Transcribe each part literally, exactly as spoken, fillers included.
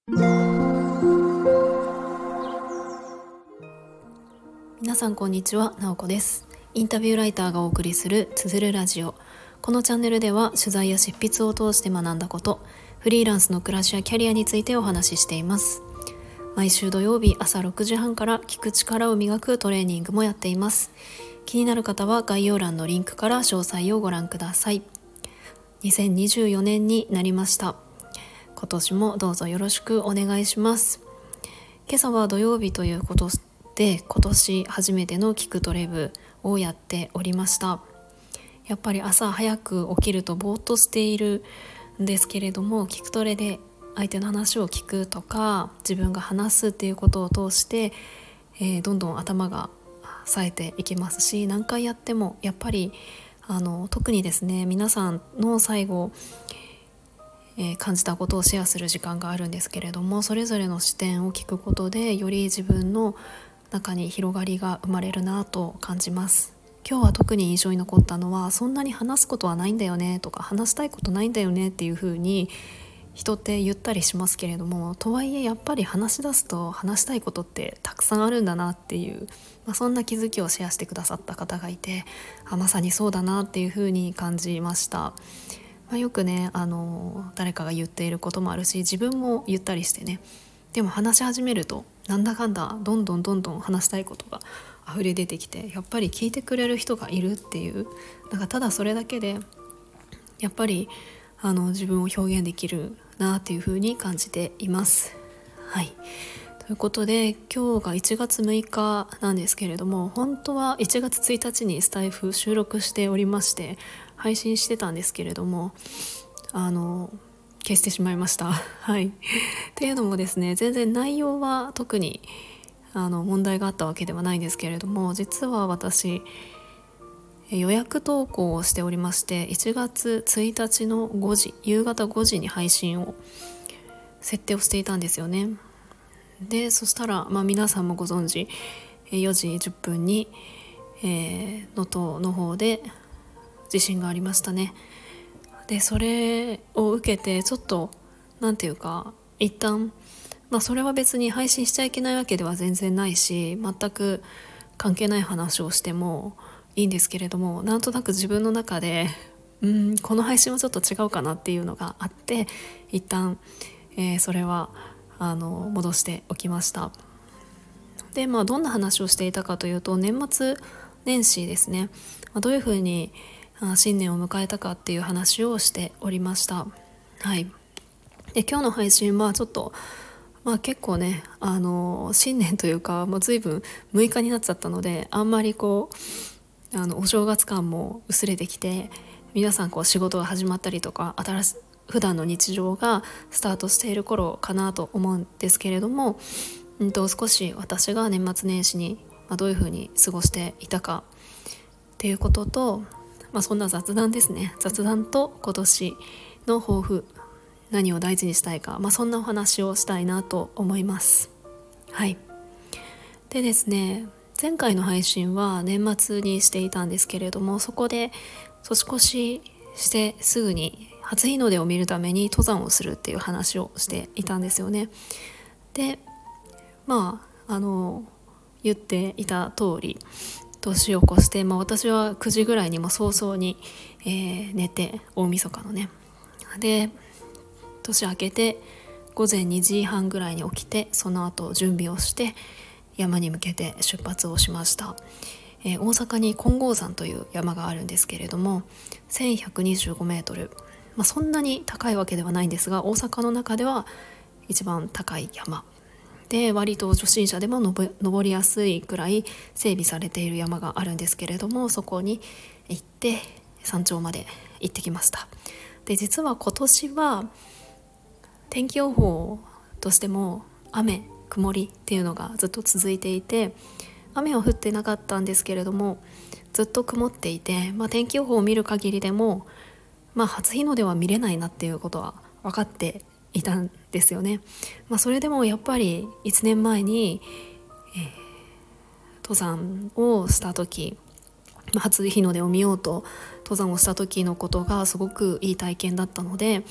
皆さんこんにちは、なおこです。インタビューライターがお送りするつづるラジオ。このチャンネルでは取材や執筆を通して学んだこと、フリーランスの暮らしやキャリアについてお話ししています。毎週土曜日朝ろくじはんから聞く力を磨くトレーニングもやっています。気になる方は概要欄のリンクから詳細をご覧ください。にせんにじゅうよねんになりました。今年もどうぞよろしくお願いします。今朝は土曜日ということで、今年初めての聞くトレブをやっておりました。やっぱり朝早く起きるとぼーっとしているんですけれども、聞くトレで相手の話を聞くとか自分が話すっていうことを通して、えー、どんどん頭が冴えていきますし、何回やってもやっぱりあの特にですね、皆さんの最後、えー、感じたことをシェアする時間があるんですけれども、それぞれの視点を聞くことでより自分の中に広がりが生まれるなと感じます。今日は特に印象に残ったのは、そんなに話すことはないんだよねとか、話したいことないんだよねっていう風に人って言ったりしますけれども、とはいえやっぱり話し出すと話したいことってたくさんあるんだなっていう、まあ、そんな気づきをシェアしてくださった方がいて、あまさにそうだなっていう風に感じました。まあ、よくねあの誰かが言っていることもあるし、自分も言ったりしてね。でも話し始めるとなんだかんだどんどんどんどん話したいことが溢れ出てきて、やっぱり聞いてくれる人がいるっていう、なんかただそれだけでやっぱりあの自分を表現できるなっていう風に感じています。はい、ということで今日がいちがつむいかなんですけれども、本当はいちがつついたちにスタイフ収録しておりまして、配信してたんですけれども、あの消してしまいました。はい。っていうのもですね、全然内容は特にあの問題があったわけではないんですけれども、実は私予約投稿をしておりまして、いちがつついたちのごじ、夕方ごじに配信を設定をしていたんですよね。でそしたら、まあ、皆さんもご存知よじじゅっぷんに能登、えー、の方で地震がありましたね。でそれを受けてちょっとなんていうか一旦、まあ、それは別に配信しちゃいけないわけでは全然ないし、全く関係ない話をしてもいいんですけれども、なんとなく自分の中でうーんこの配信はちょっと違うかなっていうのがあって、一旦、えー、それはあの戻しておきました。で、まあ、どんな話をしていたかというと、年末年始ですね、まあ、どういうふうに新年を迎えたかっていう話をしておりました。はい。で今日の配信はちょっとまあ結構ね、あの新年というかもう随分むいかになっちゃったので、あんまりこうあのお正月感も薄れてきて、皆さんこう仕事が始まったりとか、新し普段の日常がスタートしている頃かなと思うんですけれども、うんと少し私が年末年始にどういうふうに過ごしていたかっていうことと、まあ、そんな雑談ですね、雑談と今年の抱負、何を大事にしたいか、まあ、そんなお話をしたいなと思います。はい。でですね、前回の配信は年末にしていたんですけれども、そこで年越ししてすぐに初日の出を見るために登山をするっていう話をしていたんですよね。でまああの言っていた通り年を越して、まあ、私はくじぐらいにも早々に、えー、寝て、大晦日のね、で年明けてごぜんにじはんぐらいに起きて、その後準備をして山に向けて出発をしました。えー、大阪に金剛山という山があるんですけれども、せんひゃくにじゅうごメートル、まあ、そんなに高いわけではないんですが、大阪の中では一番高い山で、割と初心者でも登りやすいくらい整備されている山があるんですけれども、そこに行って山頂まで行ってきました。で実は今年は天気予報としても雨曇りっていうのがずっと続いていて、雨は降ってなかったんですけれどもずっと曇っていて、まあ、天気予報を見る限りでも、まあ、初日の出は見れないなっていうことは分かっていたんですよね。まあ、それでもやっぱりいちねんまえに、えー、登山をした時、まあ、初日の出を見ようと登山をした時のことがすごくいい体験だったので、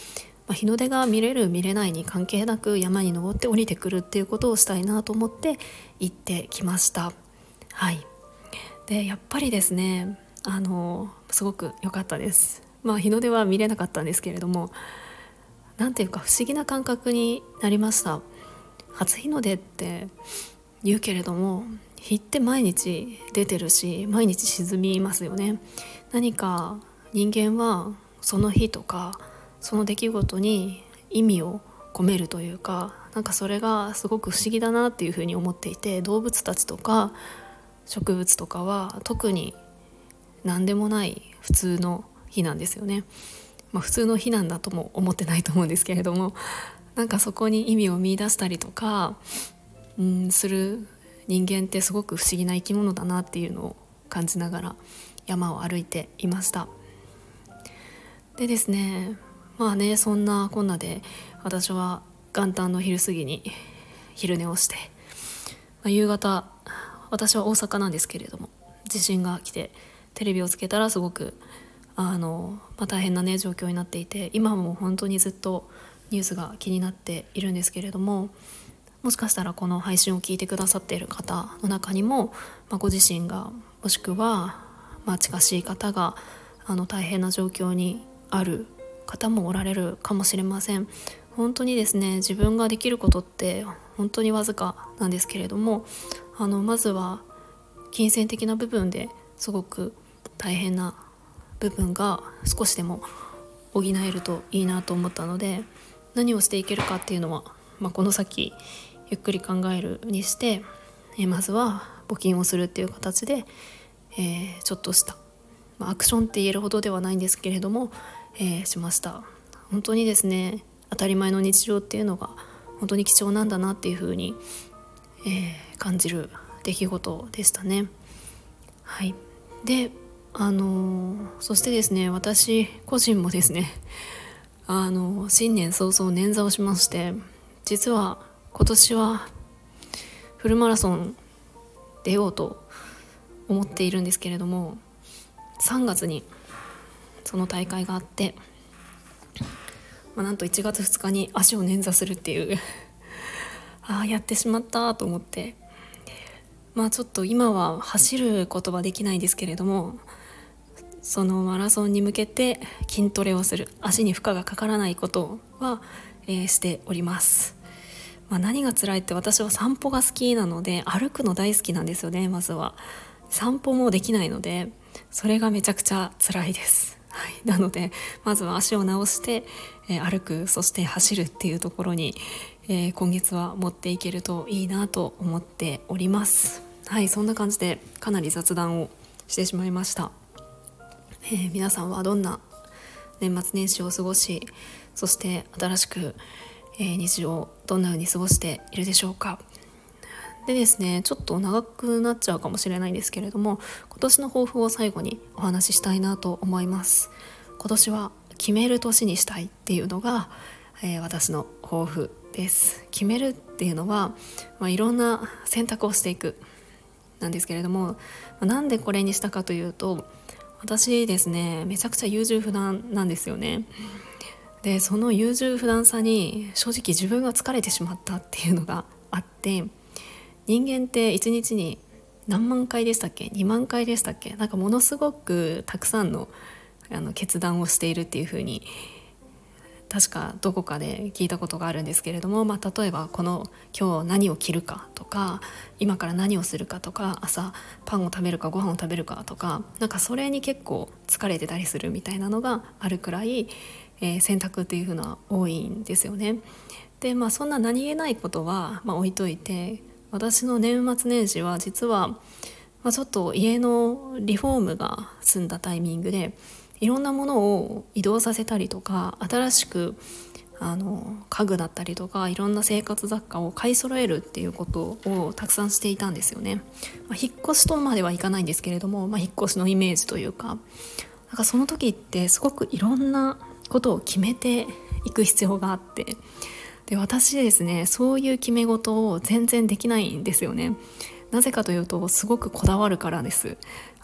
まあ、日の出が見れる見れないに関係なく山に登って降りてくるっていうことをしたいなと思って行ってきました。はい。でやっぱりですね、あのすごく良かったです。まあ日の出は見れなかったんですけれども、なんていうか不思議な感覚になりました。初日の出って言うけれども、日って毎日出てるし毎日沈みますよね。何か人間はその日とかその出来事に意味を込めるというか、なんかそれがすごく不思議だなっていうふうに思っていて、動物たちとか植物とかは特に何でもない普通の日なんですよね。まあ、普通の日なんだとも思ってないと思うんですけれども、なんかそこに意味を見出したりとか、うん、する人間ってすごく不思議な生き物だなっていうのを感じながら山を歩いていました。でですね、まあね、そんなこんなで私は元旦の昼過ぎに昼寝をして、まあ、夕方、私は大阪なんですけれども地震が来て、テレビをつけたらすごくあの、まあ、大変な、ね、状況になっていて、今も本当にずっとニュースが気になっているんですけれども、もしかしたらこの配信を聞いてくださっている方の中にも、まあ、ご自身がもしくは、まあ、近しい方があの大変な状況にある方もおられるかもしれません。本当にですね、自分ができることって本当にわずかなんですけれども、あのまずは金銭的な部分ですごく大変な部分が少しでも補えるといいなと思ったので、何をしていけるかっていうのは、まあ、この先ゆっくり考えるにして、えまずは募金をするっていう形で、えー、ちょっとした、まあ、アクションって言えるほどではないんですけれども、えー、しました。本当にですね、当たり前の日常っていうのが本当に貴重なんだなっていうふうに、えー、感じる出来事でしたね。はい。であのー、そしてですね、私個人もですね、あのー、新年早々捻挫をしまして、実は今年はフルマラソン出ようと思っているんですけれども、さんがつにその大会があって、まあ、なんといちがつふつかに足を捻挫するっていうああやってしまったと思って、まあちょっと今は走ることはできないんですけれども、そのマラソンに向けて筋トレをする、足に負荷がかからないことは、えー、しております。まあ、何が辛いって、私は散歩が好きなので歩くの大好きなんですよね。まずは散歩もできないので、それがめちゃくちゃ辛いです、はい、なのでまずは足を直して、えー、歩く、そして走るっていうところに、えー、今月は持っていけるといいなと思っております。はい、そんな感じでかなり雑談をしてしまいました。えー、皆さんはどんな年末年始を過ごし、そして新しく、えー、日常をどんな風に過ごしているでしょうか。でですね、ちょっと長くなっちゃうかもしれないんですけれども、今年の抱負を最後にお話ししたいなと思います。今年は決める年にしたいっていうのが、えー、私の抱負です。決めるっていうのは、まあ、いろんな選択をしていくなんですけれども、まあ、なんでこれにしたかというと、私ですね、めちゃくちゃ優柔不断なんですよね。でその優柔不断さに正直自分が疲れてしまったっていうのがあって、人間っていちにちに何万回でしたっけ、にまんかいでしたっけ、なんかものすごくたくさんの、あの決断をしているっていう風に確かどこかで聞いたことがあるんですけれども、まあ、例えばこの今日何を着るかとか、今から何をするかとか、朝パンを食べるかご飯を食べるかとか、なんかそれに結構疲れてたりするみたいなのがあるくらい、えー、選択っていうのは多いんですよね。で、まあ、そんな何気ないことは、まあ、置いといて、私の年末年始は実は、まあ、ちょっと家のリフォームが済んだタイミングで、いろんなものを移動させたりとか、新しくあの家具だったりとかいろんな生活雑貨を買い揃えるっていうことをたくさんしていたんですよね。まあ、引っ越しとまではいかないんですけれども、まあ、引っ越しのイメージというか、なんかその時ってすごくいろんなことを決めていく必要があって、で私ですね、そういう決め事を全然できないんですよね。なぜかというと、すごくこだわるからです。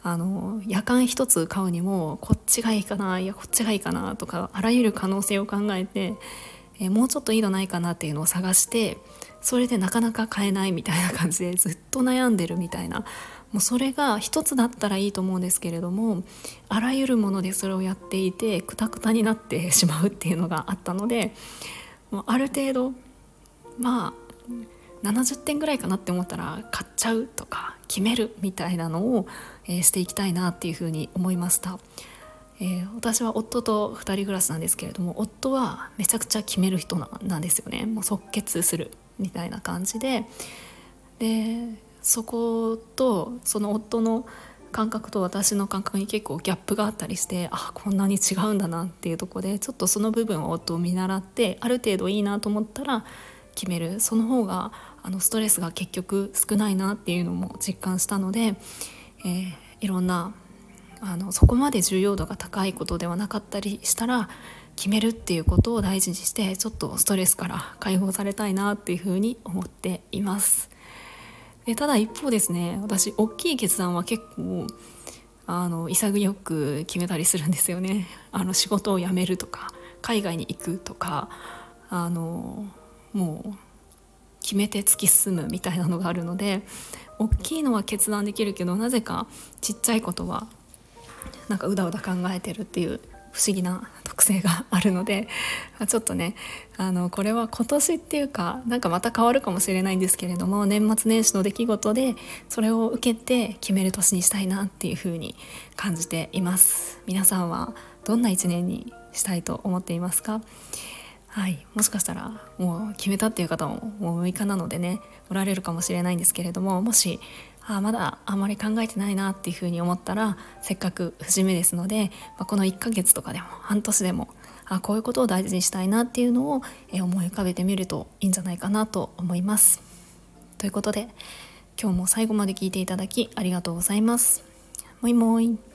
あの夜間一つ買うにもこっちがいいかな、いやこっちがいいかなとか、あらゆる可能性を考えて、えーもうちょっといいのないかなっていうのを探して、それでなかなか買えないみたいな感じでずっと悩んでるみたいな、もうそれが一つだったらいいと思うんですけれども、あらゆるものでそれをやっていてクタクタになってしまうっていうのがあったので、もうある程度まあななじゅってんぐらいかなって思ったら買っちゃうとか決めるみたいなのを、えーしていきたいなっていうふうに思いました。えー私は夫とふたり暮らしなんですけれども、夫はめちゃくちゃ決める人ななんですよね。もう即決するみたいな感じで、でそことその夫の感覚と私の感覚に結構ギャップがあったりして、あこんなに違うんだなっていうところで、ちょっとその部分を夫を見習って、ある程度いいなと思ったら決める、その方があのストレスが結局少ないなっていうのも実感したので、えーいろんなあのそこまで重要度が高いことではなかったりしたら決めるっていうことを大事にして、ちょっとストレスから解放されたいなっていうふうに思っています。でただ一方ですね、私大きい決断は結構あの潔く決めたりするんですよね。あの仕事を辞めるとか海外に行くとか、あのもう決めて突き進むみたいなのがあるので、大きいのは決断できるけど、なぜかちっちゃいことはなんかうだうだ考えてるっていう不思議な特性があるので、ちょっとねあのこれは今年っていうかなんかまた変わるかもしれないんですけれども、年末年始の出来事でそれを受けて決める年にしたいなっていう風に感じています。皆さんはどんな一年にしたいと思っていますか？はい、もしかしたらもう決めたっていう方ももうむいかなのでねおられるかもしれないんですけれども、もしあまだあまり考えてないなっていうふうに思ったら、せっかく節目ですので、まあ、このいっかげつとかでも半年でもあこういうことを大事にしたいなっていうのをえ思い浮かべてみるといいんじゃないかなと思います。ということで今日も最後まで聞いていただきありがとうございます。もいもい。